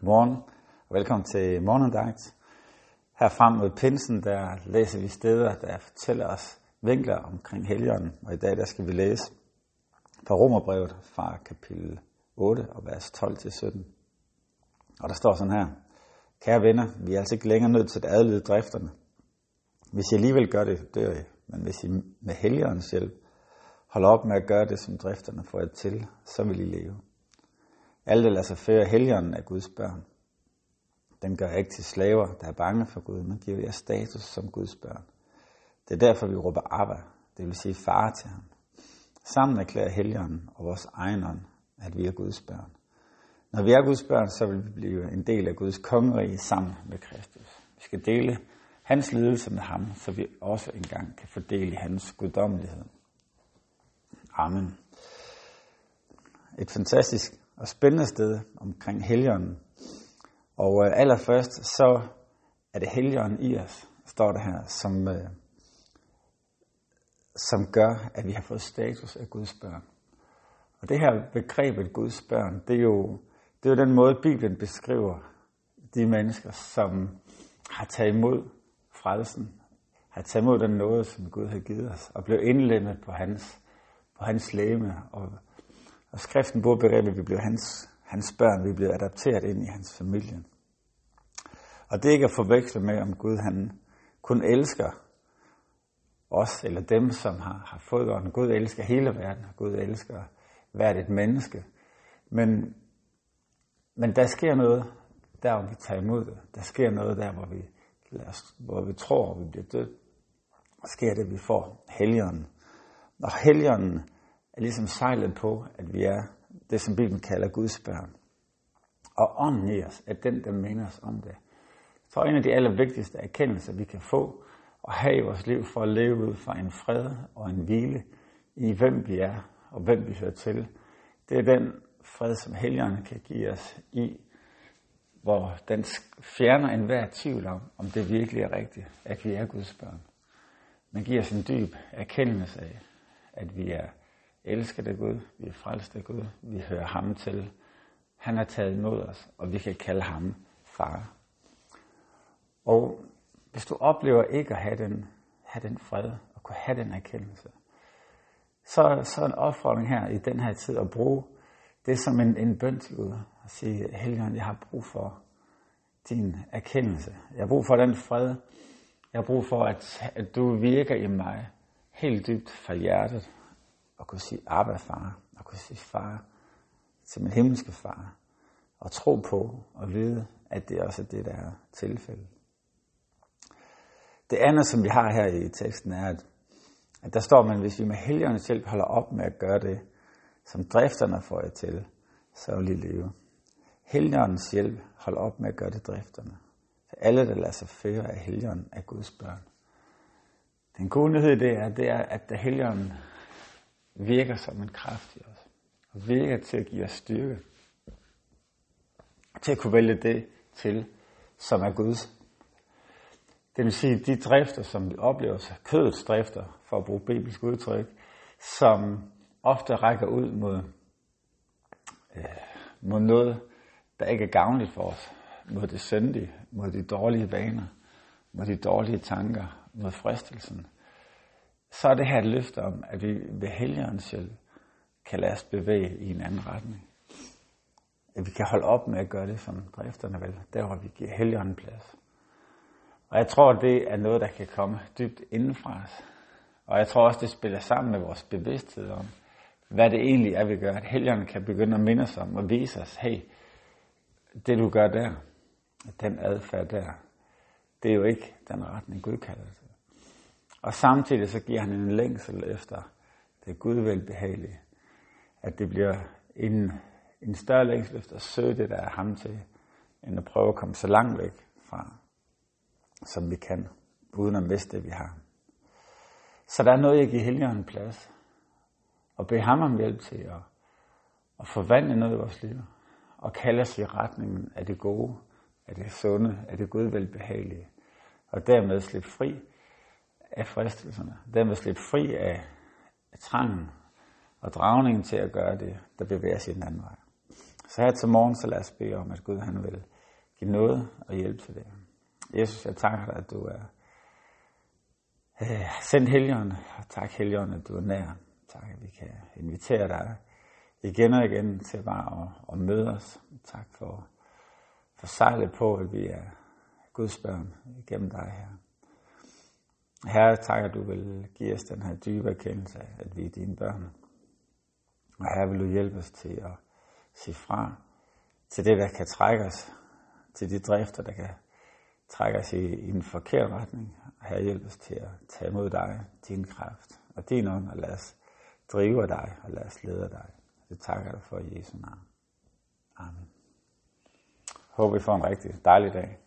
Godmorgen og velkommen til morgenandagt. Her frem mod pinsen, der læser vi steder, der fortæller os vinkler omkring Helligånden. Og i dag der skal vi læse fra Romerbrevet fra kapitel 8 og vers 12-17. Og der står sådan her: Kære venner, vi er altså ikke længere nødt til at adlyde drifterne. Hvis I alligevel gør det, dør I. Men hvis I med Helligåndens hjælp holder op med at gøre det, som drifterne får jer til, så vil I leve. Alle, der lader sig føre Helligånden, er Guds børn. Den gør ikke til slaver, der er bange for Gud, men giver jer status som Guds børn. Det er derfor, vi råber Abba, det vil sige far til ham. Sammen erklærer Helligånden og vores egen ånd, at vi er Guds børn. Når vi er Guds børn, så vil vi blive en del af Guds kongerige sammen med Kristus. Vi skal dele hans lidelse med ham, så vi også engang kan fordele i hans guddommelighed. Amen. Et fantastisk og spændende sted omkring Helligånden. Og allerførst så er det Helligånden i os, står der her, som gør, at vi har fået status af Guds børn. Og det her begrebet Guds børn, det er jo den måde, Bibelen beskriver de mennesker, som har taget imod frelsen, har taget imod den nåde, som Gud har givet os, og blev indlemmet på hans legeme. Og skriften bruger begrebet, at vi bliver hans børn, vi bliver adopteret ind i hans familie. Og det er ikke at forveksle med, om Gud han kun elsker os, eller dem, som har fået ånden. Gud elsker hele verden, og Gud elsker hvert et menneske. Men der sker noget, der hvor vi tager imod det. Der sker noget der, hvor vi tror, vi bliver dødt. Og sker det, at vi får Helligånden. Og Helligånden er ligesom sejlet på, at vi er det, som Bibelen kalder Guds børn. Og ånden i os er den, der minder os om det. Så en af de allervigtigste erkendelser, vi kan få og have i vores liv for at leve ud fra en fred og en hvile i, hvem vi er og hvem vi hører til, det er den fred, som Helligånden kan give os i, hvor den fjerner enhver tvivl om det virkelig er rigtigt, at vi er Guds børn. Man giver os en dyb erkendelse af, at vi er elsket af Gud, vi er frelst af Gud, vi hører ham til. Han har taget imod os, og vi kan kalde ham far. Og hvis du oplever ikke at have den fred, og kunne have den erkendelse, så er en opfordring her i den her tid at bruge det som en bøn til Gud. At sige, Helligånd, jeg har brug for din erkendelse. Jeg har brug for den fred. Jeg har brug for, at du virker i mig helt dybt fra hjertet. Og kunne sige Abba far, og kunne sige far til min himmelske far. Og tro på og vide, at det også er det, der er tilfældet. Det andet, som vi har her i teksten, er, at der står man, hvis vi med Helligåndens hjælp holder op med at gøre det, som drifterne får jer til, så vil I leve. Helligåndens hjælp holder op med at gøre det drifterne. Så alle, der lader sig føre af Helligånden, er Guds børn. Den gode nyhed, det er, at da Helligånden virker som en kraft i os, og virker til at give os styrke, til at kunne vælge det til, som er Guds. Det vil sige, de drifter, som vi oplever, så kødets drifter, for at bruge bibelsk udtryk, som ofte rækker ud mod noget, der ikke er gavnligt for os, mod det syndige, mod de dårlige vaner, mod de dårlige tanker, mod fristelsen. Så er det her et løfte om, at vi ved Helligåndens hjælp kan lade os bevæge i en anden retning. At vi kan holde op med at gøre det, som drifterne vil, der hvor vi giver Helligånden plads. Og jeg tror, det er noget, der kan komme dybt indenfra os. Og jeg tror også, det spiller sammen med vores bevidsthed om, hvad det egentlig er, vi gør. At Helligånden kan begynde at minde os om og vise os, hey, det du gør der, den adfærd der, det er jo ikke den retning, Gud kalder det. Og samtidig så giver han en længsel efter det Gud velbehagelige. At det bliver en større længsel efter at søge det, der er ham til, end at prøve at komme så langt væk fra, som vi kan, uden at miste det, vi har. Så der er noget, jeg giver Helligånden plads, og bede ham om hjælp til at forvandle noget i vores liv, og kalde os i retningen af det gode, af det sunde, af det Gud velbehagelige, og dermed slippe fri af fristelserne, dermed slippe fri af trangen og dragningen til at gøre det, der bevæger sig i den anden vej. Så her til morgen, så lad os bede om, at Gud han vil give noget og hjælp til det. Jesus, jeg takker dig, at du er sendt Helligånden, og tak Helligånden, at du er nær. Tak, at vi kan invitere dig igen og igen til bare at møde os. Tak for sejlet på, at vi er Guds børn igennem dig her. Herre, tak, at du vil give os den her dybe erkendelse af, at vi er dine børn. Og Herre, vil du hjælpe os til at sige fra til det, der kan trække os, til de drifter, der kan trække os i en forkert retning. Og Herre, hjælp os til at tage imod dig, din kraft og din ånd, og lad os drive af dig, og lad os lede af dig. Det takker jeg dig for i Jesu navn. Amen. Håber, vi får en rigtig dejlig dag.